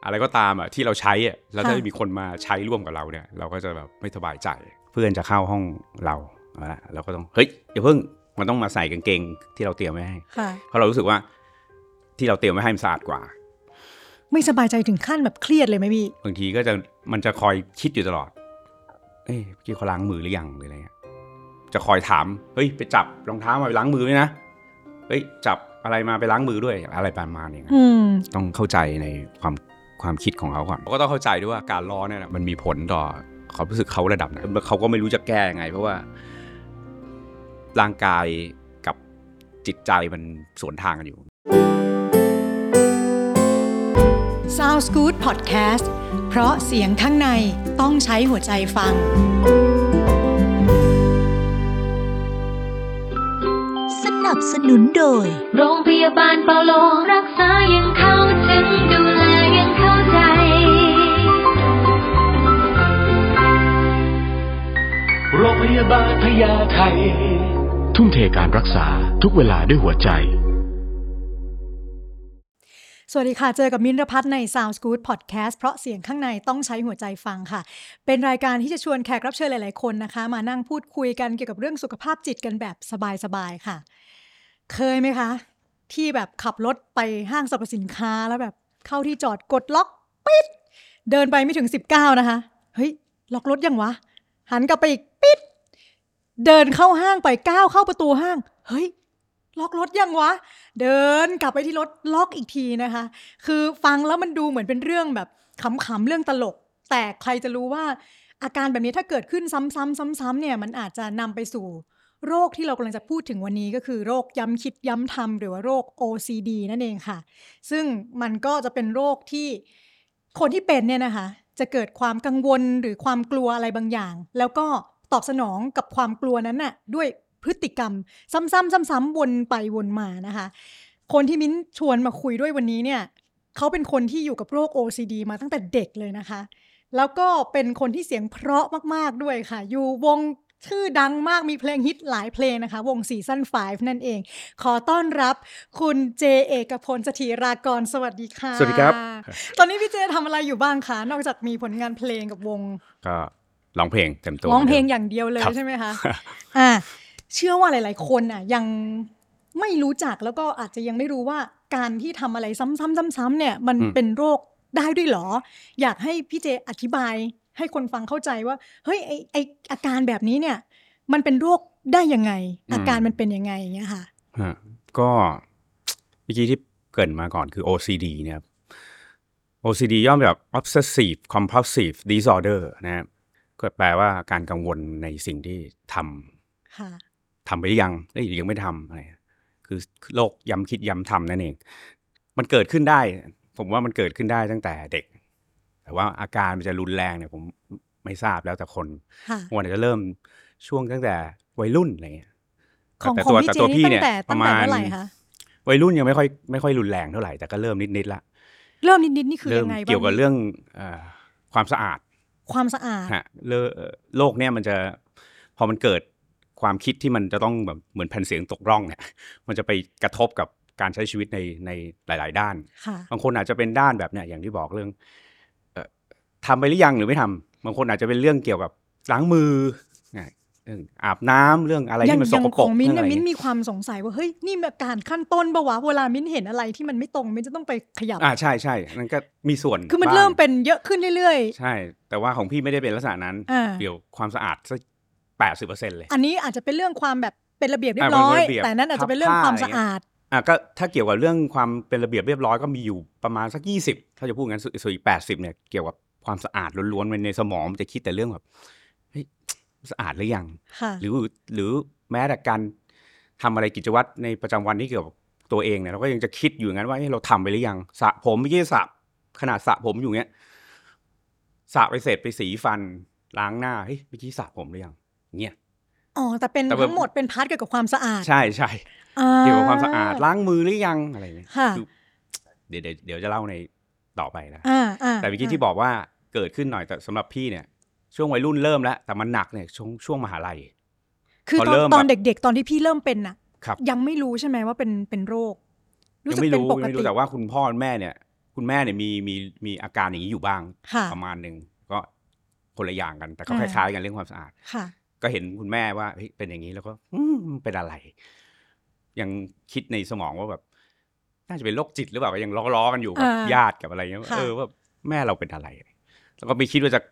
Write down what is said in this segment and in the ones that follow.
อะไรก็ตามอ่ะที่เราใช้อ่ะแล้วถ้ามีคนมาใช้ร่วมกับเราเนี่ยเราก็จะแบบไม่สบายใจเพื่อนจะเข้าห้องเราก็ต้องเฮ้ยอย่าเพิ่งมันต้องมาใส่กางเกงที่เราเตรียมไว้ให้เพราะเรารู้สึกว่าที่เราเตรียมไว้ให้มันสะอาดกว่าไม่สบายใจถึงขั้นแบบเครียดเลยไหมพี่บางทีก็มันจะคอยคิดอยู่ตลอดเมื่อกี้เขาล้างมือหรือยังหรืออะไรเงี้ยจะคอยถามเฮ้ยไปจับรองเท้ามาไปล้างมือด้วยนะเฮ้ยจับอะไรมาไปล้างมือด้วยอะไรประมาณนี้ต้องเข้าใจในความคิดของเขาก่อนก็ต้องเข้าใจด้วยว่าการล้อเนี่ยมันมีผลต่อเขารู้สึกเขาระดับไหนเขาก็ไม่รู้จะแก้ยังไงเพราะว่าร่างกายกับจิตใจมันสวนทางกันอยู่ Sounds Good Podcast เพราะเสียงข้างในต้องใช้หัวใจฟังสนับสนุนโดยโรงพยาบาลเปาโลรักษายังเข้าถึงดูแลยังเข้าใจโรงพยาบาลพญาไททุ่มเทการรักษาทุกเวลาด้วยหัวใจสวัสดีค่ะเจอกับมิ้นท์ รพัฒน์ใน Sounds Good Podcast เพราะเสียงข้างในต้องใช้หัวใจฟังค่ะเป็นรายการที่จะชวนแขกรับเชิญหลายๆคนนะคะมานั่งพูดคุยกันเกี่ยวกับเรื่องสุขภาพจิตกันแบบสบายๆค่ะเคยไหมคะที่แบบขับรถไปห้างสรรพสินค้าแล้วแบบเข้าที่จอดกดล็อกปิดเดินไปไม่ถึง19นะคะเฮ้ยล็อกรถยังวะหันกลับไปอีกปิดเดินเข้าห้างไปก้าวเข้าประตูห้างเฮ้ยล็อกรถยังวะเดินกลับไปที่รถล็อกอีกทีนะคะคือฟังแล้วมันดูเหมือนเป็นเรื่องแบบขำๆเรื่องตลกแต่ใครจะรู้ว่าอาการแบบนี้ถ้าเกิดขึ้นซ้ำๆเนี่ยมันอาจจะนำไปสู่โรคที่เรากำลังจะพูดถึงวันนี้ก็คือโรคย้ำคิดย้ำทำหรือว่าโรค OCD นั่นเองค่ะซึ่งมันก็จะเป็นโรคที่คนที่เป็นเนี่ยนะคะจะเกิดความกังวลหรือความกลัวอะไรบางอย่างแล้วก็ตอบสนองกับความกลัวนั้นน่ะด้วยพฤติกรรมซ้ำๆวนไปวนมานะคะคนที่มิ้นชวนมาคุยด้วยวันนี้เนี่ยเขาเป็นคนที่อยู่กับโรค OCD มาตั้งแต่เด็กเลยนะคะแล้วก็เป็นคนที่เสียงเพราะมากๆด้วยค่ะอยู่วงชื่อดังมากมีเพลงฮิตหลายเพลงนะคะวงซีซั่น5นั่นเองขอต้อนรับคุณเจเอกพลสถิรากรสวัสดีค่ะสวัสดีครับตอนนี้พี่เจทำอะไรอยู่บ้างคะนอกจากมีผลงานเพลงกับวงก็ร้องเพลงเต็มตัวร้องเพลงอย่างเดียวเลยใช่ไหมคะเชื่อว่าหลายๆคนยังไม่รู้จักแล้วก็อาจจะยังไม่รู้ว่าการที่ทำอะไรซ้ำๆๆๆเนี่ยมันเป็นโรคได้ด้วยเหรออยากให้พี่เจอธิบายให้คนฟังเข้าใจว่าเฮ้ยไออาการแบบนี้เนี่ยมันเป็นโรคได้ยังไงอาการมันเป็นยังไงอย่างเงี้ยค่ะก็เมื่อกี้ที่เกริ่นมาก่อนคือ OCD เนี่ย OCD ย่อมาจาก Obsessive Compulsive Disorder นะครับก็แปลว่าการกังวลในสิ่งที่ทำไปหรือยังยังไม่ทำอะไรคือโรคย้ำคิดย้ำทำนั่นเองมันเกิดขึ้นได้ผมว่ามันเกิดขึ้นได้ตั้งแต่เด็กแต่ว่าอาการมันจะรุนแรงเนี่ยผมไม่ทราบแล้วแต่คนวันจะเริ่มช่วงตั้งแต่วัยรุ่นอะไรเงี้ยของตัวพี่เนี่ยประมาณวัยรุ่นยังไม่ค่อยรุนแรงเท่าไหร่แต่ก็เริ่มนิดๆละเริ่มนิดๆนี่คือยังไงบ้างเกี่ยวกับเรื่องความสะอาดฮะโลกเนี่ยมันจะพอมันเกิดความคิดที่มันจะต้องแบบเหมือนแผ่นเสียงตกร่องเนี่ยมันจะไปกระทบกับการใช้ชีวิตในหลายๆด้านบางคนอาจจะเป็นด้านแบบเนี่ยอย่างที่บอกเรื่องทำไปหรือยังหรือไม่ทำบางคนอาจจะเป็นเรื่องเกี่ยวกับล้างมือเรื่องอาบน้ำเรื่องอะไรที่มันสกปรกของมิ้นมีความสงสัยว่าเฮ้ยนี่แบบการขั้นต้นปะวะเวลามิ้นเห็นอะไรที่มันไม่ตรงมิ้นจะต้องไปขยับใช่นั่นก็มีส่วนคือมันเริ่มเป็นเยอะขึ้นเรื่อยๆใช่แต่ว่าของพี่ไม่ได้เป็นลักษณะนั้นเดี๋ยวความสะอาดสัก 80% เลยอันนี้อาจจะเป็นเรื่องความแบบเป็นระเบียบเรียบร้อยแต่นั้นอาจจะเป็นเรื่องความสะอาดก็ถ้าเกี่ยวกับเรื่องความเป็นระเบียบเรียบร้อยก็มีอยู่ประมาณสัก20ถ้าจะพูดงั้นส่วนอีก80เนี่ยเกี่ยวกับความสะอาดล้วนๆในสมองมันจะคิดแต่เรื่องแบบเฮ้ยสะอาดหรือยังหรือแม้แต่การทำอะไรกิจวัตรในประจำวันที่เกี่ยวกับตัวเองเนี่ยเราก็ยังจะคิดอยู่งั้นว่าเราทำไปหรือยังสระผมเมื่อกี้ขนาดสระผมอยู่เงี้ยสระไปเสร็จไปสีฟันล้างหน้าเฮ้ยเมื่อกี้สระผมหรือยังเงี้ยแต่เป็นทั้งหมดเป็นพาร์ทเกี่ยวกับความสะอาดใช่เกี่ยวกับความสะอาดล้างมือหรือยังอะไรเงี้ยเดี๋ยวจะเล่าในต่อไปนะแต่เมื่อกี้ที่บอกว่าเกิดขึ้นหน่อยแต่สำหรับพี่เนี่ยช่วงวัยรุ่นเริ่มแล้วแต่มันหนักเนี่ยช่วงมหาลัยคือตอนเด็กๆตอนที่พี่เริ่มเป็นน่ะยังไม่รู้ใช่ไหมว่าเป็นโรคยังไม่รู้แต่ว่าคุณพ่อแม่เนี่ยคุณแม่เนี่ยมีอาการอย่างนี้อยู่บ้างค่ะประมาณหนึ่งก็คนละอย่างกันแต่ก็อ่าคล้ายๆกันเรื่องความสะอาดค่ะก็เห็นคุณแม่ว่าเฮ้ยเป็นอย่างนี้แล้วก็เป็นอะไร ยังคิดในสมองว่าแบบน่าจะเป็นโรคจิตหรือเปล่ายังล้อกันอยู่กับอ่าญาติกับอะไรเงี้ยค่ะว่าแม่เราเป็นอะไร แล้วก็ไม่คิดว่าจะ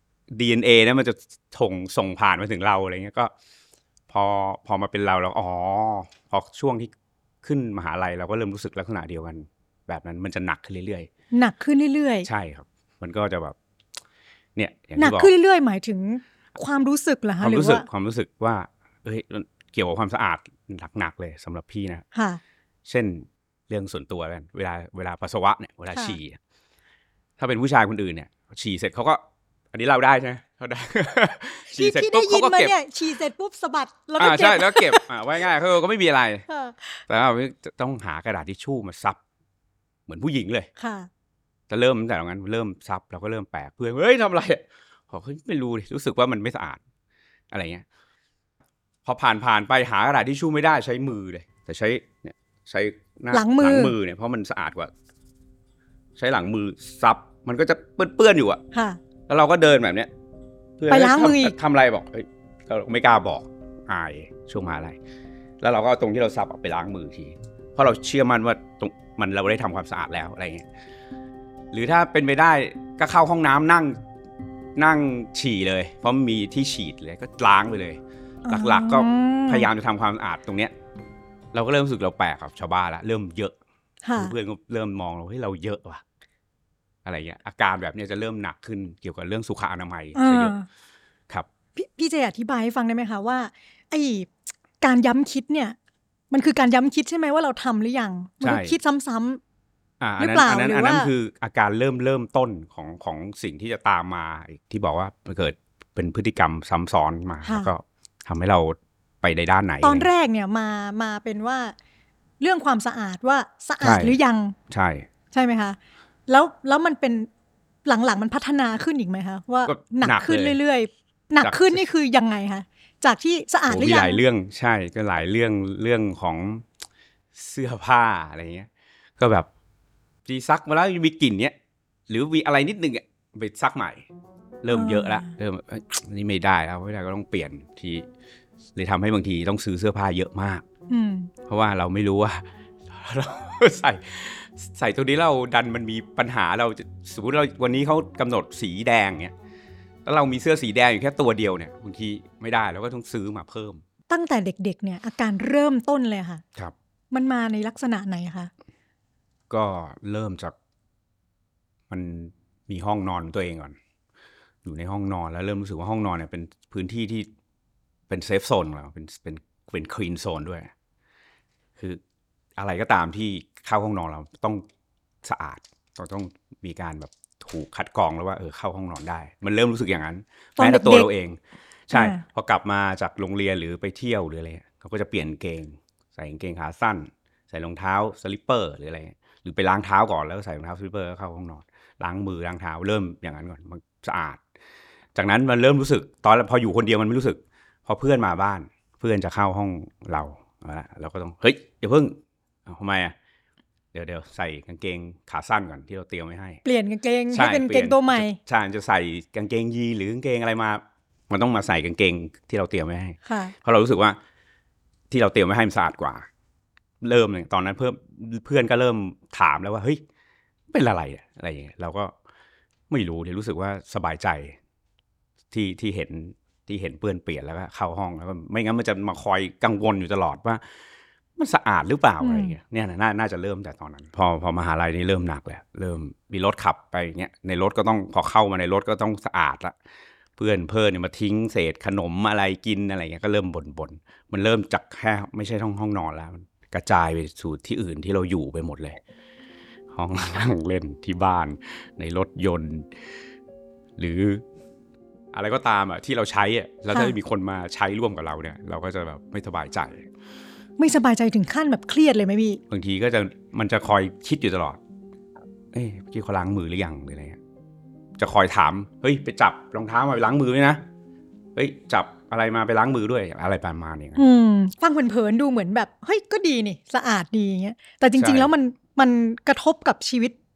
DNA นะมันจะส่งผ่านมาถึงเราอะไรเงี้ยก็พอมาเป็นเราแล้วพอช่วงที่ขึ้นมหาลัยเราก็เริ่มรู้สึกลักษณะเดียวกัน แบบนั้นมันจะหนักขึ้นเรื่อยหนักขึ้นเรื่อยๆใช่ครับ มันก็จะแบบเนี่ยอย่างๆหนักที่บอกขึ้นเรื่อยๆหมายถึงความรู้สึกเหรอคคะวามหรือรู้สึกว่าความรู้สึกว่าเอ้ยเกี่ยวกับความสะอาดหนักๆเลยสำหรับพี่นะค่ะเช่นเรื่องส่วนตัวกันเวลาปัสสาวะเนี่ยเวลาค่ะฉี่ถ้าเป็นผู้ชายคนอื่นเนี่ยฉี่เสร็จเขาก็อันนี้เราได้ใช่ไหมเขาได้ ฉี่เสร็จที่ปุ๊ได้บยิเขานก็มาเก็บเนี่ยฉี่เสร็จปุ๊บสะบัดแล้วก็เก็ใช่บแล้วเก็บไว้ง่ายเขาก็ไม่มีอะไรค่ะแต่ว่าจะต้องหากระดาษทิชชู่มาซับเหมือนผู้หญิงเลยค่ะจะเริ่มตั้งแต่ตรงนั้นเริ่มซับเราก็เริ่มแปลกเพื่อนเฮ้ยทำอะไรบอกเฮ้ยไม่รู้ดิรู้สึกว่ามันไม่สะอาดอะไรเงี้ยพอผ่านไปหากระดาษทิชชู่ไม่ได้ใช้มือเลยแต่ใช้น้าหลังมือเนี่ยเพราะมันสะอาดกว่า ใช้หลังมือซับมันก็จะเปื้อนๆอยู่อะค่ะแล้วเราก็เดินแบบเนี้ยเพื่อนไปล้างมืออีกทำอะไรบอกเฮ้ยเราไม่กล้าบอกอายช่วงมหาลัยแล้วเราก็เอาตรงที่เราซับไปล้างมือทีเพราะเราเชื่อมั่นว่าตรงมันเราได้ทำความสะอาดแล้วอะไรเงี้ยหรือถ้าเป็นไปได้ก็เข้าห้องน้ำนั่งฉี่เลยเพราะมันมีที่ฉีดเลยก็ล้างไปเลย หลักๆก็พยายามจะทำความสะอาดตรงเนี้ยเราก็เริ่มรู้สึกเราแปลกกับชาวบ้านละเริ่มเยอะค่ะเพื่อนก็เริ่มมองเราเฮ้ยเราเยอะว่ะอะไรเงี้ยอาการแบบเนี้ยจะเริ่มหนักขึ้นเกี่ยวกับเรื่องสุขอนามัยซะเยอะครับพี่เจอธิบายให้ฟังได้ไหมคะว่าไอ้การย้ำคิดเนี่ย มันคือการย้ำคิดใช่ไหมว่าเราทำหรือยังใช่มันคิดซ้ำอัหรืนอนั้นเปล่าอันนั้นหรืออันนั้นว่าคืออาการเริ่มต้นของสิ่งที่จะตามมาอีกที่บอกว่ามันเกิดเป็นพฤติกรรมซ้ำซ้อนมาค่ะแล้วก็ทำให้เราไปในด้านไหนตอนแรกเนี่ยมาเป็นว่าเรื่องความสะอาดว่าสะอาดใช่หรือยังใช่ใช่ไหมคะแล้วมันเป็นหลังๆมันพัฒนาขึ้นอีกไหมคะว่าก็หนักขึ้นเลยเรื่อยๆหนักขึ้นนี่คือยังไงคะจากที่สะอาดหรือมียัหงลายเรื่องใช่ก็หลายเรื่องของเสื้อผ้าอะไรเงี้ยก็แบบจีซักมาแล้วมีกลิ่นเนี้ยหรือมีอะไรนิดนึงอ่ะไปซักใหม่ เริ่มเยอะละเริ่มนี่ไม่ได้แล้วไม่ได้ก็ต้องเปลี่ยนทีเลยทำให้บางทีต้องซื้อเสื้อผ้าเยอะมากอืมเพราะว่าเราไม่รู้ว่า เราใส่ตัวนี้เราดันมันมีปัญหาเราสมมติเราวันนี้เขากำหนดสีแดงเนี่ยแล้วเรามีเสื้อสีแดงอยู่แค่ตัวเดียวเนี่ยบางทีไม่ได้เราก็ต้องซื้อมาเพิ่มตั้งแต่เด็กๆเนี่ยอาการเริ่มต้นเลยค่ะครับมันมาในลักษณะไหนคะก็เริ่มจากมันมีห้องนอนตัวเองก่อนอยู่ในห้องนอนแล้วเริ่มรู้สึกว่าห้องนอนเนี่ยเป็นพื้นที่ที่เป็นเซฟโซนของเราเป็นคลีนโซนด้วยคืออะไรก็ตามที่เข้าห้องนอนเราต้องสะอาดต้องมีการแบบถูกคัดกรองแล้วว่าเข้าห้องนอนได้ มันเริ่มรู้สึกอย่างนั้นตอนแม้แต่ตัวเด็กๆเราเอง ใช่อ่าพอกลับมาจากโรงเรียนหรือไปเที่ยวหรืออะไรเขาก็จะเปลี่ยนกางเกงใส่กางเกงขาสั้น ใส่รองเท้าสลิปเปอร์หรืออะไรหรือไปล้างเท้าก่อนแล้วก็ใส่รองเท้าสลิปเปอร์แล้วเข้าห้องนอนล้างมือล้างเท้าเริ่มอย่างนั้นก่อนมันสะอาด จากนั้นมันเริ่มรู้สึกตอนพออยู่คนเดียวมันไม่รู้สึกพอเพื่อนมาบ้านเพื่อนจะเข้าห้องเราก็ต้องเฮ้ยอย่าเพิ่งทำไมอ่ะเดี๋ยวใส่กางเกงขาสั้นก่อนที่เราเตรียมไว้ให้เปลี่ยนกางเกงใช่ให้เป็นกางเกงตัวใหม่ใช่จะใส่กางเกงยีนหรือกางเกงอะไรมามันต้องมาใส่กางเกงที่เราเตรียมไว้ให้ค่ะเพราะเรารู้สึกว่าที่เราเตรียมไว้ให้มันสะอาดกว่าเริ่มเลยตอนนั้นเพื่อนก็เริ่มถามแล้วว่าเฮ้ยเป็นอะไรอะไรอย่างเงี้ยเราก็ไม่รู้ที่รู้สึกว่าสบายใจที่เห็นเปื้อนเปลี่ยนแล้วก็เข้าห้องแล้วก็ไม่งั้นมันจะมาคอยกังวลอยู่ตลอดว่ามันสะอาดหรือเปล่าอะไรอย่างเงี้ยเนี่ยน่าจะเริ่มแต่ตอนนั้นพอมหาลัยนี่เริ่มหนักแล้วเริ่มมีรถขับไปเงี้ยในรถก็ต้องพอเข้ามาในรถก็ต้องสะอาดละเพื่อนเนี่ยมาทิ้งเศษขนมอะไรกินอะไรเงี้ยก็เริ่มบ่นมันเริ่มจากแค่ไม่ใช่ห้องนอนแล้วมันกระจายไปสู่ที่อื่นที่เราอยู่ไปหมดเลยห้องนั่งเล่นที่บ้านในรถยนต์หรืออะไรก็ตามอ่ะที่เราใช้อ่ะแล้วถ้ามีคนมาใช้ร่วมกับเราเนี่ยเราก็จะแบบไม่สบายใจไม่สบายใจถึงขั้นแบบเครียดเลยไหมพี่บางทีก็มันจะคอยคิดอยู่ตลอดเมื่อกี้เขาล้างมือหรือยังหรืออะไรจะคอยถามเฮ้ยไปจับรองเท้ามาไปล้างมือด้วยนะเฮ้ยจับอะไรมาไปล้างมือด้วยอะไรประมาณนี้ฟังเผินๆดูเหมือนแบบเฮ้ยก็ดีนี่สะอาดดีอย่างเงี้ยแต่จริงๆใช่แล้วมันกระทบกับชีวิต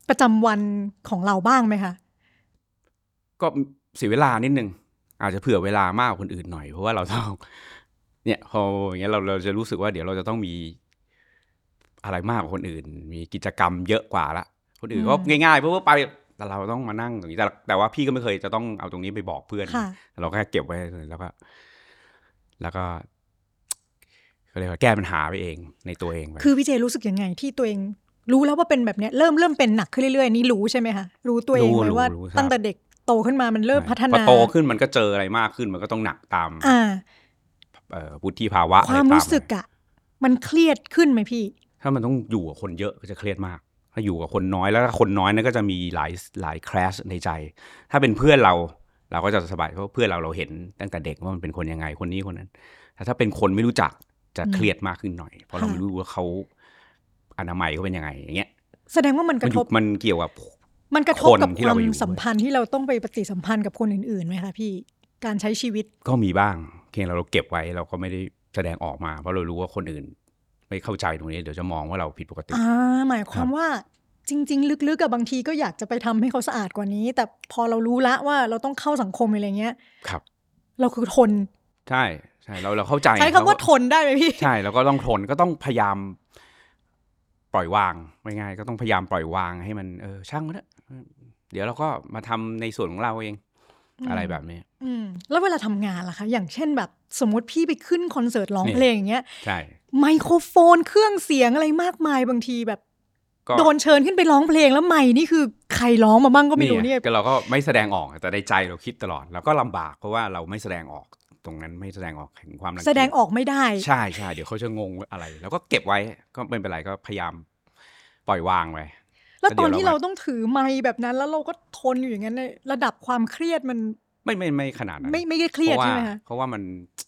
ประจำวันของเราบ้างไหมคะก็เสียเวลานิดนึงอาจจะเผื่อเวลามากกว่าคนอื่นหน่อยเพราะว่าเราต้องเนี่ยพออย่างเงี้ยเราจะรู้สึกว่าเดี๋ยวเราจะต้องมีอะไรมากกว่าคนอื่นมีกิจกรรมเยอะกว่าละคนอื่นก็ง่ายๆเพราะว่าไปแต่เราต้องมานั่งอย่างนี้แต่ว่าพี่ก็ไม่เคยจะต้องเอาตรงนี้ไปบอกเพื่อนเราแค่เก็บไว้แล้วก็เขาเรียกว่าแก้ปัญหาไปเองในตัวเองคือพี่เจรู้สึกยังไงที่ตัวเองรู้แล้วว่าเป็นแบบเนี้ยเริ่มเป็นหนักขึ้นเรื่อยๆนี่รู้ใช่ไหมคะรู้ตัวเองไหมว่าตั้งแต่เด็กโตขึ้นมามันเริ่มพัฒนาพอโตขึ้นมันก็เจออะไรมากขึ้นมันก็ต้องหนักตามวุฒิภาวะความรู้สึกอะมันเครียดขึ้นไหมพี่ถ้ามันต้องอยู่กับคนเยอะก็จะเครียดมากถ้าอยู่กับคนน้อยแล้วคนน้อยนั้นก็จะมีหลายคลาสในใจถ้าเป็นเพื่อนเราก็จะสบายเพราะเพื่อนเราเห็นตั้งแต่เด็กว่ามันเป็นคนยังไงคนนี้คนนั้นแต่ถ้าเป็นคนไม่รู้จักจะเครียดมากขึ้นหน่อยเพราะเราไม่รู้ว่าเขาอนามัยเขาเป็นยังไงอย่างเงี้ยแสดงว่ามันกระทบมันเกี่ยวกับมันกระทบกับความสัมพันธ์ที่เราต้องไปปฏิสัมพันธ์กับคนอื่นๆไหมคะพี่การใช้ชีวิตก็มีบ้างเพียงเราเก็บไว้เราก็ไม่ได้แสดงออกมาเพราะเรารู้ว่าคนอื่นไม่เข้าใจตรงนี้เดี๋ยวจะมองว่าเราผิดปกติหมายความว่าจริงๆลึกๆกับบางทีก็อยากจะไปทำให้เขาสะอาดกว่านี้แต่พอเรารู้ละว่าเราต้องเข้าสังคมอะไรเงี้ยครับเราคือทนใช่เราเข้าใจใช้คำว่าทนได้ไหมพี่ใช่เราก็ต้องทนก็ต้องพยายามปล่อยวางง่ายๆก็ต้องพยายามปล่อยวางให้มันช่างมันเถอะเดี๋ยวเราก็มาทำในส่วนของเราเองอะไรแบบนี้แล้วเวลาทำงานล่ะคะอย่างเช่นแบบสมมติพี่ไปขึ้นคอนเสิร์ตร้องเพลงอย่างเงี้ยใช่ไมโครโฟนเครื่องเสียงอะไรมากมายบางทีแบบโดนเชิญขึ้นไปร้องเพลงแล้วไมค์นี่คือใครร้องมาบ้างก็ไม่รู้เนี่ยเราก็ไม่แสดงออกแต่ในใจเราคิดตลอดเราก็ลำบากเพราะว่าเราไม่แสดงออกตรงนั้นไม่แสดงออกถึงความรังเกียจแสดงออกไม่ได้ใช่เดี๋ยวเขาจะงงอะไรแล้วก็เก็บไว้ก็ไม่เป็นไรก็พยายามปล่อยวางไว้แล้วตอนที่เราต้องถือไมค์แบบนั้นแล้วเราก็ทนอยู่อย่างนั้นในระดับความเครียดมันไม่ขนาดนั้นไม่ได้เครียดใช่ไหมคะเพราะว่ามัน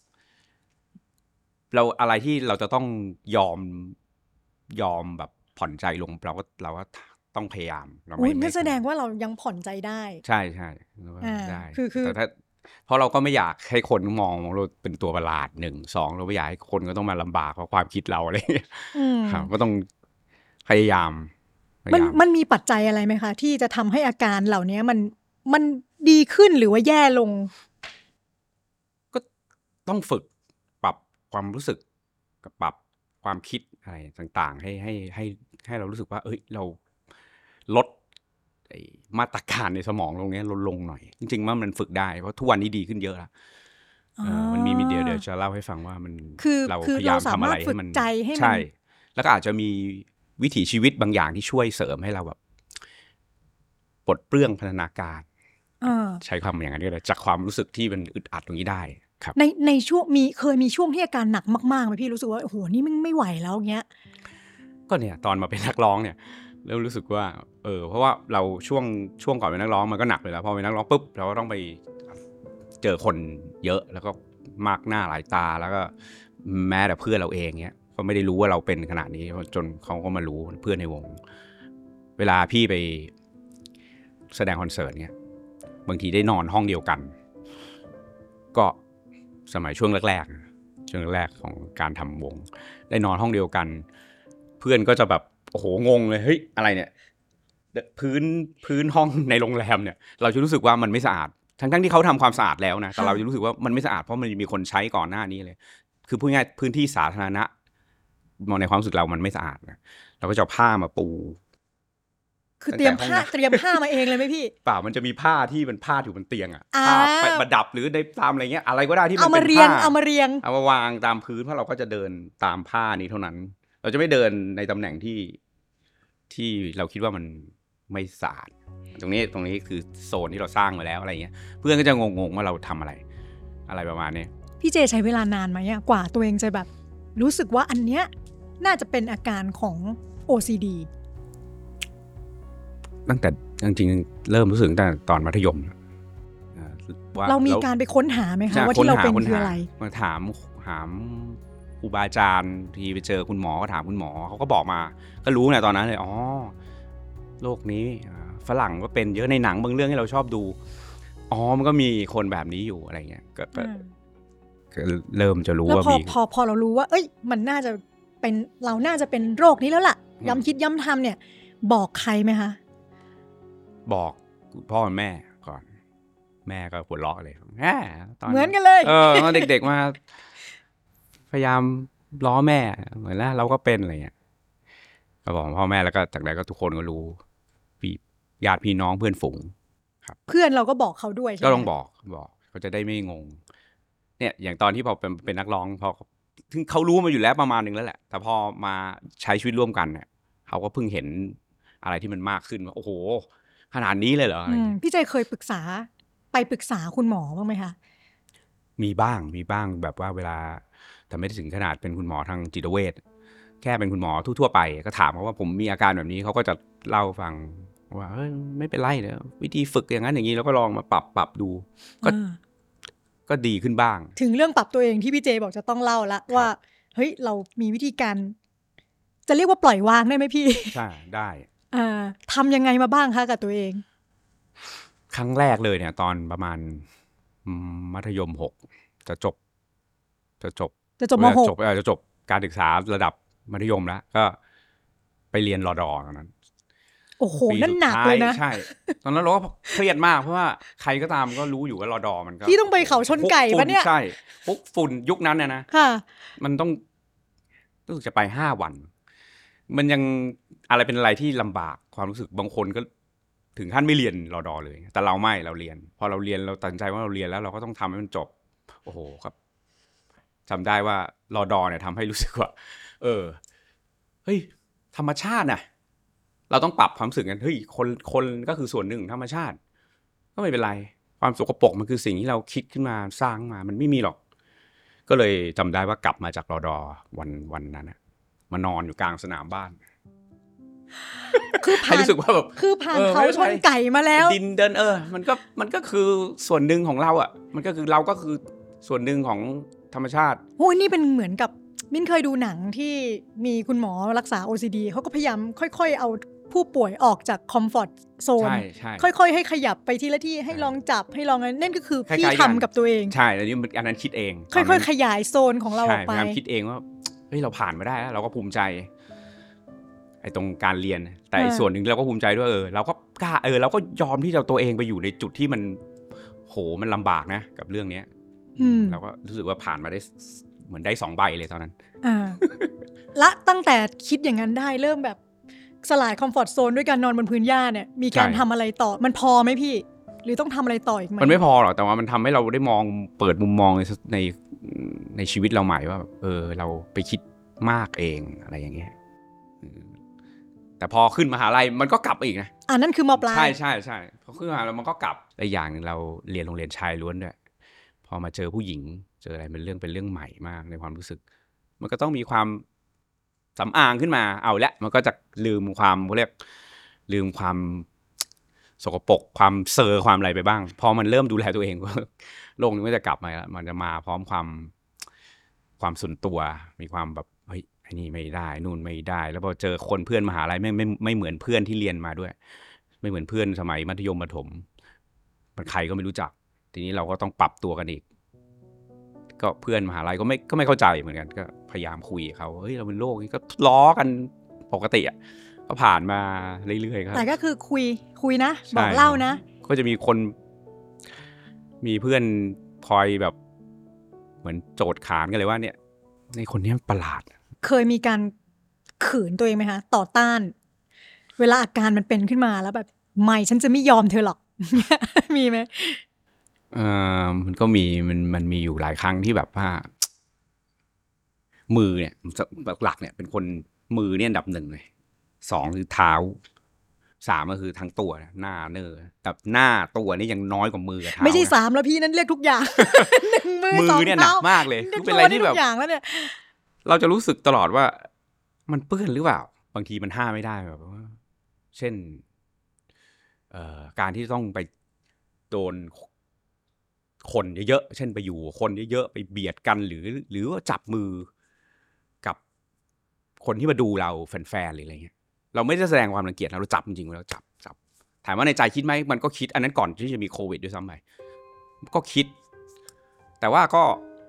เราอะไรที่เราจะต้องยอมแบบผ่อนใจลงเราก็ต้องพยายามเราไม่แสดงว่าเรายังผ่อนใจได้ใช่ได้แต่ถ้าเพราะเราก็ไม่อยากให้คนมองเราเป็นตัวประหลาด1 2เราไม่อยากให้คนก็ต้องมาลำบากเพราะความคิดเราอะไรครับก็ต้องพยายามมันมีปัจจัยอะไรไหมคะที่จะทำให้อาการเหล่านี้มันดีขึ้นหรือว่าแย่ลงก็ต้องฝึกปรับความรู้สึกกับปรับความคิดอะไรต่างๆให้เรารู้สึกว่าเราลดมาตรการในสมองตรงนี้ลดลงหน่อยจริงๆมันฝึกได้เพราะทุกวันนี้ดีขึ้นเยอะแล้วมันมีเดี๋ยวจะเล่าให้ฟังว่ามันเราพยายามทำอะไรให้มันใช่แล้วก็อาจจะมีวิถีชีวิตบางอย่างที่ช่วยเสริมให้เราแบบปลดเปลื้องพัฒนาการใช้คำอย่างนั้นก็ได้จากความรู้สึกที่มันอึดอัดตรงนี้ได้ครับในช่วงเคยมีช่วงที่อาการหนักมากๆไหมพี่รู้สึกว่าโอ้โหนี่ไม่ไหวแล้วเงี้ยก็เนี่ยตอนมาเป็นนักร้องเนี่ยเริ่มรู้สึกว่าเพราะว่าเราช่วงก่อนเป็นนักร้องมันก็หนักเลยแล้วพอเป็นนักร้องปุ๊บเราก็ต้องไปเจอคนเยอะแล้วก็มากหน้าหลายตาแล้วก็แม้แต่เพื่อนเราเองเนี้ยก็ไม่ได้รู้ว่าเราเป็นขนาดนี้จนเขาก็มารู้เพื่อนในวงเวลาพี่ไปแสดงคอนเสิร์ตเนี้ยบางทีได้นอนห้องเดียวกันก็สมัยช่วงแรกของการทำวงได้นอนห้องเดียวกันเพื่อนก็จะแบบโอ้โหงงเลยเฮ้ยอะไรเนี่ยพื้นห้องในโรงแรมเนี่ยเราจะรู้สึกว่ามันไม่สะอาดทั้งที่เขาทำความสะอาดแล้วนะแต่เราจะรู้สึกว่ามันไม่สะอาดเพราะมันมีคนใช้ก่อนหน้านี้เลยคือพูดง่ายพื้นที่สาธารณะมองในความรู้สึกเรามันไม่สะอาดนะเราก็จะผ้ามาปูคือเตรียมผ้ามาเองเลยไหมพี่เปล่ามันจะมีผ้าที่มันผ้าอยู่บนเตียงอ่ะผ้าประดับหรือในตามอะไรเงี้ยอะไรก็ได้ที่มันเป็นผ้าเอามาเรียงเอามาวางตามพื้นเพราะเราก็จะเดินตามผ้านี้เท่านั้นเราจะไม่เดินในตำแหน่งที่เราคิดว่ามันไม่สะอาดตรงนี้คือโซนที่เราสร้างมาแล้วอะไรเงี้ยเพื่อนก็จะงงว่าเราทำอะไรประมาณนี้พี่เจใช้เวลานานไหมกว่าตัวเองจะแบบรู้สึกว่าอันเนี้ยน่าจะเป็นอาการของ OCD ตั้งแต่จริงๆเริ่มรู้สึกตั้งแต่ตอนมัธยมว่าเรามีการไปค้นหาไหมคะว่าที่เราเป็นคืออะไรมาถามครูบาอาจารย์ที่ไปเจอคุณหมอก็ถามคุณหมอเขาก็บอกมาก็รู้นะตอนนั้นเลยโรคนี้ฝรั่งก็เป็นเยอะในหนังบางเรื่องที่เราชอบดูมันก็มีคนแบบนี้อยู่อะไรเงี้ยก็เริ่มจะรู้ว่ามีพอเรารู้ว่ามันน่าจะเป็นเราน่าจะเป็นโรคนี้แล้วล่ะย้ำคิดย้ำทำเนี่ยบอกใครไหมคะบอกพ่อกับแม่ก่อนแม่ก็หัวเราะเลยตอนเหมือนกันเลยตอนเด็กๆมาพยายามล้อแม่เหมือนแล้วเราก็เป็นอะไรเงี้ยก็บอกพ่อแม่แล้วก็จากนั้นก็ทุกคนก็รู้ญาติพี่น้องเพื่อนฝูงครับเพื่อนเราก็บอกเขาด้วยก็ต้องบอกเขาจะได้ไม่งงเนี่ยอย่างตอนที่พอเป็นนักร้องพอถึงเขารู้มาอยู่แล้วประมาณนึงแล้วแหละแต่พอมาใช้ชีวิตร่วมกันเนี่ยเขาก็เพิ่งเห็นอะไรที่มันมากขึ้นว่าโอ้โหขนาดนี้เลยเหรอพี่ใจเคยปรึกษาคุณหมอบ้างไหมคะมีบ้างแบบว่าเวลาแต่ไม่ได้ถึงขนาดเป็นคุณหมอทางจิตเวชแค่เป็นคุณหมอทั่วๆไปก็ถามเขาว่าผมมีอาการแบบนี้เขาก็จะเล่าฟังว่าไม่เป็นไรเนอะวิธีฝึกอย่างนั้นอย่างนี้แล้วก็ลองมาปรับดูก็ดีขึ้นบ้างถึงเรื่องปรับตัวเองที่พี่เจบอกจะต้องเล่าละว่าเฮ้ยเรามีวิธีการจะเรียกว่าปล่อยวางได้ไหมพี่ใช่ได้ทำยังไงมาบ้างคะกับตัวเองครั้งแรกเลยเนี่ยตอนประมาณมัธยม6จะจบม.6 จะจบการศึกษาระดับมัธยมแล้วก็ไปเรียนรด.ตอนนั้นโอ้โหนั่นหนักเลยนะใช่ตอนนั้นเราก็เครียดมากเพราะว่าใครก็ตามก็รู้อยู่ว่ารด.มันก็พี่ต้องไปเขาชนไก่ปะเนี่ยใช่ปุ๊กฝุ่นยุคนั้นนะมันต้องรู้สึกจะไป5 วันมันยังอะไรเป็นอะไรที่ลำบากความรู้สึกบางคนก็ถึงขั้นไม่เรียนรด.เลยแต่เราไม่เราเรียนพอเราเรียนเราตัดสินใจว่าเราเรียนแล้วเราก็ต้องทำให้มันจบโอ้โหครับจำได้ว่ารด.เนี่ยทำให้รู้สึกว่าเฮ้ยธรรมชาติน่ะเราต้องปรับความรู้สึกกันเฮ้ยคนก็คือส่วนหนึ่งธรรมชาติก็ไม่เป็นไรความสกปรกมันคือสิ่งที่เราคิดขึ้นมาสร้างมามันไม่มีหรอกก็เลยจำได้ว่ากลับมาจากรด.วันนั้นนะมานอนอยู่กลางสนามบ้านคือผ่านรู้สึกว่าแบบคือผ่านเขาชนไก่มาแล้วดินเดินมันก็คือส่วนหนึ่งของเราอ่ะมันก็คือเราก็คือส่วนหนึ่งของธรรมชาติโอ้ยนี่เป็นเหมือนกับมิ้นเคยดูหนังที่มีคุณหมอรักษา OCD เขาก็พยายามค่อยๆเอาผู้ป่วยออกจากคอมฟอร์ตโซนค่อยๆให้ขยับไปทีละที่ให้ลองจับให้ลองนั่นก็คือพี่ทำกับตัวเองใช่แล้วนี่อันนั้นคิดเองค่อยๆขยายโซนของเราออกไปพยายามคิดเองว่าเฮ้ยเราผ่านมาได้แล้วเราก็ภูมิใจไอ้ตรงการเรียนแต่อีกส่วนหนึ่งเราก็ภูมิใจด้วยเราก็กล้าเราก็ยอมที่จะตัวเองไปอยู่ในจุดที่มันโหมันลำบากนะกับเรื่องนี้เราก็รู้สึกว่าผ่านมาได้เหมือนได้2 ใบเลยตอนนั้นและตั้งแต่คิดอย่างนั้นได้เริ่มแบบสลายคอมฟอร์ตโซนด้วยการนอนบนพื้นหญ้าเนี่ยมีการทำอะไรต่อมันพอไหมพี่หรือต้องทำอะไรต่ออีกไหมมันไม่พอหรอกแต่ว่ามันทำให้เราได้มองเปิดมุมมองในชีวิตเราใหม่ว่าเราไปคิดมากเองอะไรอย่างเงี้ยแต่พอขึ้นมหาลัยมันก็กลับอีกนะนั่นคือม.ปลายใช่พอขึ้นมหาลัยมันก็กลับอีกอย่างนึงเราเรียนโรงเรียนชายล้วนด้วยพอมาเจอผู้หญิงเจออะไรเป็นเรื่องใหม่มากในความรู้สึกมันก็ต้องมีความสำอางขึ้นมาเอาละมันก็จะลืมความสกปรกความเซอร์ความอะไรไปบ้างพอมันเริ่มดูแลตัวเองโลกนี้ก็จะกลับมาแล้วมันจะมาพร้อมความส่วนตัวมีความแบบเฮ้ยไอ้นี่ไม่ได้นู่นไม่ได้แล้วพอเจอคนเพื่อนมหาลัยไม่เหมือนเพื่อนที่เรียนมาด้วยไม่เหมือนเพื่อนสมัยมัธยมประถมมันใครก็ไม่รู้จักทีนี้เราก็ต้องปรับตัวกันอีกก็เพื่อนมหาลัยก็ไม่เข้าใจเหมือนกันก็พยายามคุยกับเขาเฮ้ยเราเป็นโรคนี้ก็ล้อกันปกติอ่ะก็ผ่านมาเรื่อยๆครับแต่ก็คือคุยนะบอกเล่านะก็จะมีเพื่อนคอยแบบเหมือนโจทย์ขานกันเลยว่าเนี่ยในคนนี้ประหลาดเคยมีการขืนตัวเองไหมคะต่อต้านเวลาอาการมันเป็นขึ้นมาแล้วแบบไม่ฉันจะไม่ยอมเธอหรอกมีไหมมันก็มันมีอยู่หลายครั้งที่แบบว่ามือเนี่ยหลักเนี่ยเป็นคนมือเนี่ยอันดับ1เลย2คือเท้า3ก็คือทั้งตัวหน้าเนื้อแต่หน้าตัวนี่ยังน้อยกว่ามือกับเท้าไม่ใช่3แล้วพี่นั้นเรียกทุกอย่าง1 มือ 2 เนี่ยหนักมากเลยเป็นอะไรที่แบบเราจะรู้สึกตลอดว่ามันเปื้อนหรือเปล่าบางทีมันห้ามไม่ได้แบบว่าเช่นการที่ต้องไปโดนคนเยอะๆเช่นไปอยู่คนเยอะๆไปเบียดกันหรือว่าจับมือกับคนที่มาดูเราแฟนๆหรืออะไรเงี้ยเราไม่ได้แสดงความรังเกียจเราจับจริงๆแล้วจับถามว่าในใจคิดไหมมันก็คิดอันนั้นก่อนที่จะมีโควิดด้วยซ้ำไปก็คิดแต่ว่าก็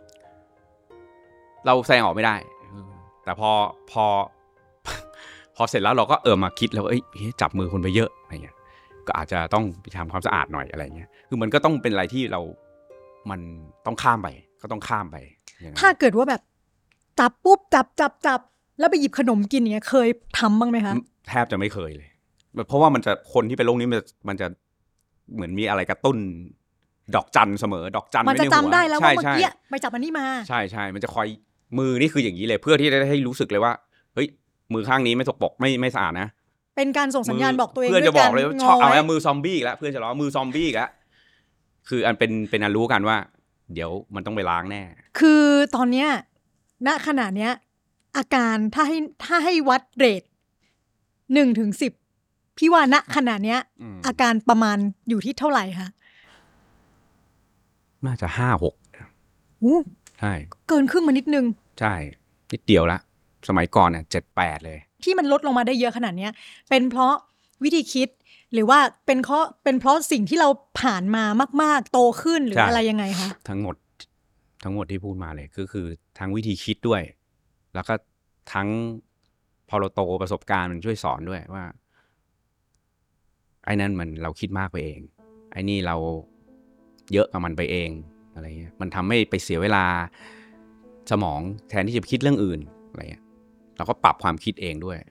เราแสดงออกไม่ได้แต่พอเสร็จแล้วเราก็มาคิดแล้วจับมือคนไปเยอะอะไรเงี้ยก็อาจจะต้องไปทำความสะอาดหน่อยอะไรเงี้ยคือมันก็ต้องเป็นอะไรที่มันต้องข้ามไปก็ต้องข้ามไปอย่างนั้นถ้าเกิดว่าแบบจับปุ๊บจับแล้วไปหยิบขนมกินอย่างเงี้ยเคยทำบ้างไหมคะแทบจะไม่เคยเลยเพราะว่ามันจะคนที่เป็นโรคนี้มันจะเหมือนมีอะไรกระตุ้นดอกจันเสมอดอกจันมันจะจำได้แล้วว่าเมื่อกี้ใช่ไปจับอันนี้มาใช่มันจะคอยมือนี่คืออย่างนี้เลยเพื่อที่จะให้รู้สึกเลยว่าเฮ้ยมือข้างนี้ไม่สกปรกไม่สะอาดนะเป็นการส่งสัญญาณบอกตัวเองเพื่อนจะบอกเลยว่าชอบเอาแล้วมือซอมบี้อีกแล้วเพื่อนจะล้อมือซอมบี้อีกแล้วคืออันเป็นอันรู้กันว่าเดี๋ยวมันต้องไปล้างแน่คือตอนเนี้ยณขณะเนี้ยอาการถ้าให้วัดเรท1-10พี่ว่าณขณะเนี้ยอาการประมาณอยู่ที่เท่าไหร่คะน่าจะ 5-6 ใช่เกินครึ่งมานิดนึงใช่นิดเดียวละสมัยก่อนเนี่ย 7-8 เลยที่มันลดลงมาได้เยอะขนาดนี้เป็นเพราะวิธีคิดหรือว่าเป็นเพราะสิ่งที่เราผ่านมามากๆโตขึ้นหรืออะไรยังไงคะทั้งหมดที่พูดมาเลยคือทั้งวิธีคิดด้วยแล้วก็ทั้งพอเราโตประสบการณ์มันช่วยสอนด้วยว่าไอ้นั่นมันเราคิดมากไปเองไอ้นี่เราเยอะกับมันไปเองอะไรเงี้ยมันทำให้ไปเสียเวลาสมองแทนที่จะคิดเรื่องอื่นอะไรเงี้ยเราก็ปรับความคิดเองด้วย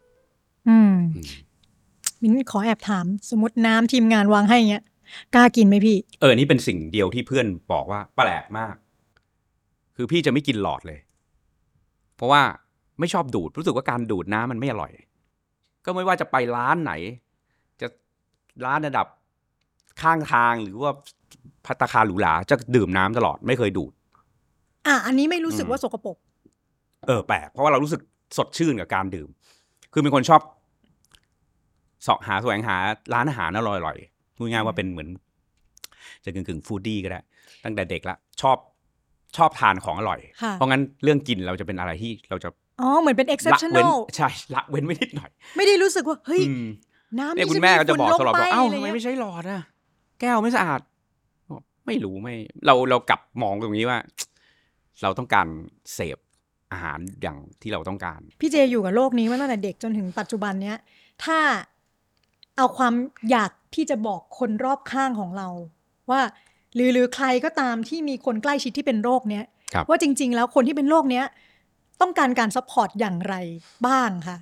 มิ้นขอแอบถามสมมติน้ำทีมงานวางให้เงี้ยกล้ากินไหมพี่นี่เป็นสิ่งเดียวที่เพื่อนบอกว่าแปลกมากคือพี่จะไม่กินหลอดเลยเพราะว่าไม่ชอบดูดรู้สึกว่าการดูดน้ำมันไม่อร่อยก็ไม่ว่าจะไปร้านไหนจะร้านระดับข้างทางหรือว่าภัตตาคารหรูหราจะดื่มน้ำตลอดไม่เคยดูดอันนี้ไม่รู้สึกว่าสกปรกแปลกเพราะว่าเรารู้สึกสดชื่นกับการดื่มคือเป็นคนชอบแสวงหาร้านอาหารอร่อยๆพูดง่ายว่าเป็นเหมือนจะกึ่งฟู้ดดี้ก็ได้ตั้งแต่เด็กละชอบทานของอร่อยเพราะงั้นเรื่องกินเราจะเป็นอะไรที่เราจะเหมือนเป็น exceptional ใช่ละเว้นไว้นิดหน่อยไม่ได้รู้สึกว่าเฮ้ยน้ำนี่คุณแม่ก็จะบอกตลอดว่าทำไมไม่ใช้หลอดอะแก้วไม่สะอาดไม่รู้เรากลับมองตรงนี้ว่าเราต้องการเสพอาหารอย่างที่เราต้องการพี่เจอยู่กับโลกนี้มาตั้งแต่เด็กจนถึงปัจจุบันเนี้ยถ้าเอาความอยากที่จะบอกคนรอบข้างของเราว่าหรือใครก็ตามที่มีคนใกล้ชิดที่เป็นโรคเนี้ยว่าจริงๆแล้วคนที่เป็นโรคเนี้ยต้องการซัพพอร์ตอย่างไรบ้างคะ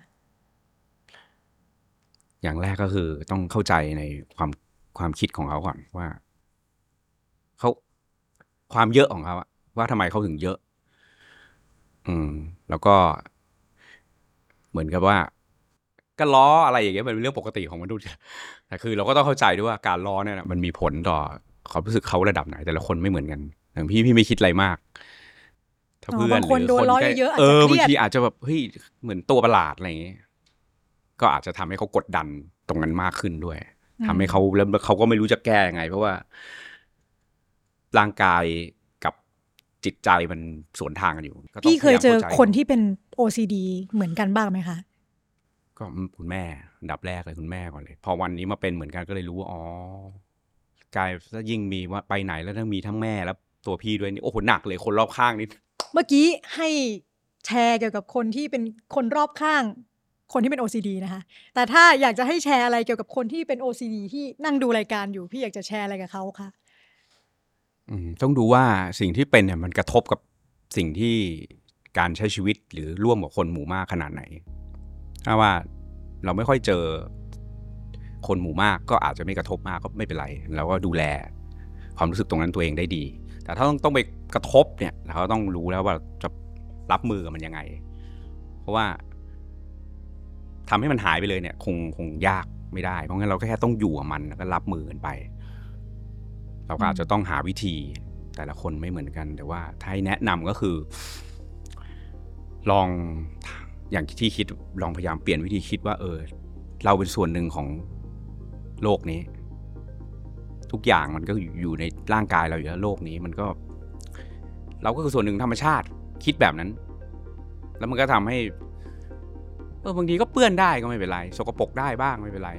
อย่างแรกก็คือต้องเข้าใจในความคิดของเขาก่อนว่าเขาความเยอะของเขาว่าทำไมเขาถึงเยอะแล้วก็เหมือนกับว่าก็ล้ออะไรอย่างเงี้ยมันเป็นเรื่องปกติของมนุษย์แต่คือเราก็ต้องเข้าใจด้วยว่าการล้อเนี่ยมันมีผลต่อความรู้สึกเขาระดับไหนแต่ละคนไม่เหมือนกันอย่างพี่ไม่คิดอะไรมากถ้าเพื่อนหรือคนบางทีอาจจะแบบเฮ้ยเหมือนตัวประหลาดอะไรอย่างเงี้ยก็อาจจะทำให้เขากดดันตรงนั้นมากขึ้นด้วยทำให้เขาแล้วเขาก็ไม่รู้จะแก้ยังไงเพราะว่าร่างกายกับจิตใจมันสวนทางกันอยู่พี่เคยเจอคนที่เป็น OCD เหมือนกันบ้างไหมคะก็คุณแม่อันดับแรกเลยคุณแม่ก่อนเลยพอวันนี้มาเป็นเหมือนกันก็เลยรู้ว่าอ๋อกายถ้ายิ่งมีว่าไปไหนแล้วต้องมีทั้งแม่แล้วตัวพี่ด้วยนี่โอ้โหหนักเลยคนรอบข้างนี่เมื่อกี้ให้แชร์เกี่ยวกับคนที่เป็นคนรอบข้างคนที่เป็น OCD นะคะแต่ถ้าอยากจะให้แชร์อะไรเกี่ยวกับคนที่เป็น OCD ที่นั่งดูรายการอยู่พี่อยากจะแชร์อะไรกับเขาคะต้องดูว่าสิ่งที่เป็นเนี่ยมันกระทบกับสิ่งที่การใช้ชีวิตหรือร่วมกับคนหมู่มากขนาดไหนถ้าว่าเราไม่ค่อยเจอคนหมู่มากก็อาจจะไม่กระทบมากก็ไม่เป็นไรเราก็ดูแลความรู้สึกตรงนั้นตัวเองได้ดีแต่ถ้าต้องไปกระทบเนี่ยเราก็ต้องรู้แล้วว่าจะรับมือกับมันยังไงเพราะว่าทำให้มันหายไปเลยเนี่ยคงยากไม่ได้เพราะงั้นเราก็แค่ต้องอยู่กับมันแล้วก็รับมือกันไปเราก็อาจจะต้องหาวิธีแต่ละคนไม่เหมือนกันแต่ว่าถ้าให้แนะนำก็คือลองอย่างที่คิดลองพยายามเปลี่ยนวิธีคิดว่าเราเป็นส่วนหนึ่งของโลกนี้ทุกอย่างมันก็อยู่ในร่างกายเราอยู่แล้วโลกนี้มันก็เราก็คือส่วนหนึ่งธรรมชาติคิดแบบนั้นแล้วมันก็ทำให้บางทีก็เปื้อนได้ก็ไม่เป็นไรสกปรกได้บ้างไม่เป็นไร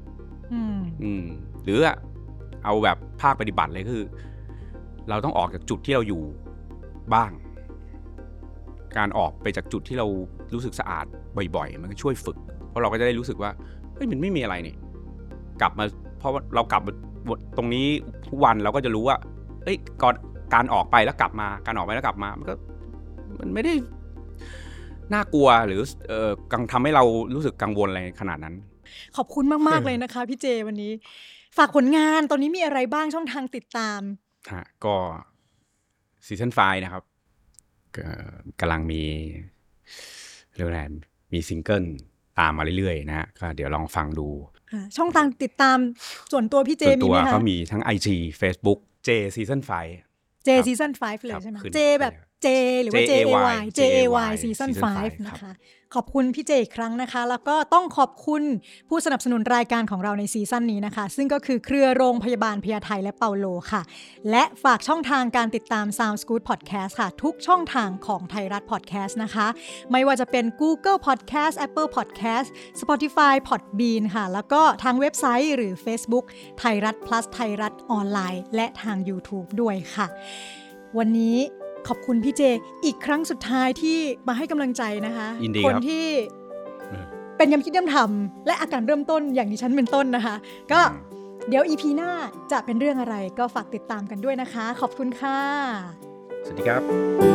หรือเอาแบบภาคปฏิบัติเลยคือเราต้องออกจากจุดที่เราอยู่บ้างการออกไปจากจุดที่เรารู้สึกสะอาดบ่อยๆมันก็ช่วยฝึกเพราะเราก็จะได้รู้สึกว่าเฮ้ยมันไม่มีอะไรนี่กลับมาเพราะว่าเรากลับตรงนี้ทุกวันเราก็จะรู้ว่าก่อนการออกไปแล้วกลับมามันไม่ได้น่ากลัวหรือกังทำให้เรารู้สึกกังวลอะไรขนาดนั้นขอบคุณมากๆเลยนะคะพี่เจวันนี้ฝากผลงานตอนนี้มีอะไรบ้างช่องทางติดตามก็ซีซั่น5นะครับกำลังมีเรื่องอะไรมีซิงเกิลตามมาเรื่อยๆนะฮะก็เดี๋ยวลองฟังดูช่องทางติดตามส่วนตัวพี่เจมีไหมคะก็มีทั้ง IG Facebook J Season 5 J Season 5เลยใช่ไหม J แบบ J หรือว่า JAY Season 5นะคะขอบคุณพี่เจอีกครั้งนะคะแล้วก็ต้องขอบคุณผู้สนับสนุนรายการของเราในซีซั่นนี้นะคะซึ่งก็คือเครือโรงพยาบาลพญาไทและเปาโลค่ะและฝากช่องทางการติดตาม Sounds Good Podcast ค่ะทุกช่องทางของไทยรัฐ Podcast นะคะไม่ว่าจะเป็น Google Podcast Apple Podcast Spotify Podbean ค่ะแล้วก็ทางเว็บไซต์หรือ Facebook ไทยรัฐ plus ไทยรัฐออนไลน์และทาง YouTube ด้วยค่ะวันนี้ขอบคุณพี่เจอีกครั้งสุดท้ายที่มาให้กำลังใจนะคะคนที่เป็นย้ำคิดย้ำทำและอาการเริ่มต้นอย่างดิฉันเป็นต้นนะคะก็เดี๋ยว EP หน้าจะเป็นเรื่องอะไรก็ฝากติดตามกันด้วยนะคะขอบคุณค่ะสวัสดีครับ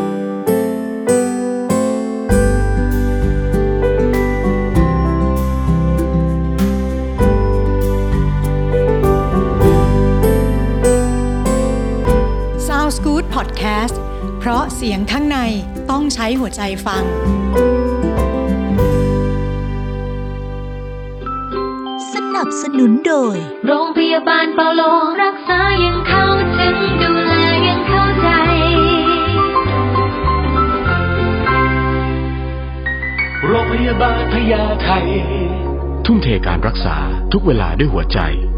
Sounds Good Podcast เพราะเสียงข้างในต้องใช้หัวใจฟังสนับสนุนโดยโรงพยาบาลเปาโลรักษายังเข้าถึงดูแลยังเข้าใจโรงพยาบาลพญาไททุ่มเทการรักษาทุกเวลาด้วยหัวใจ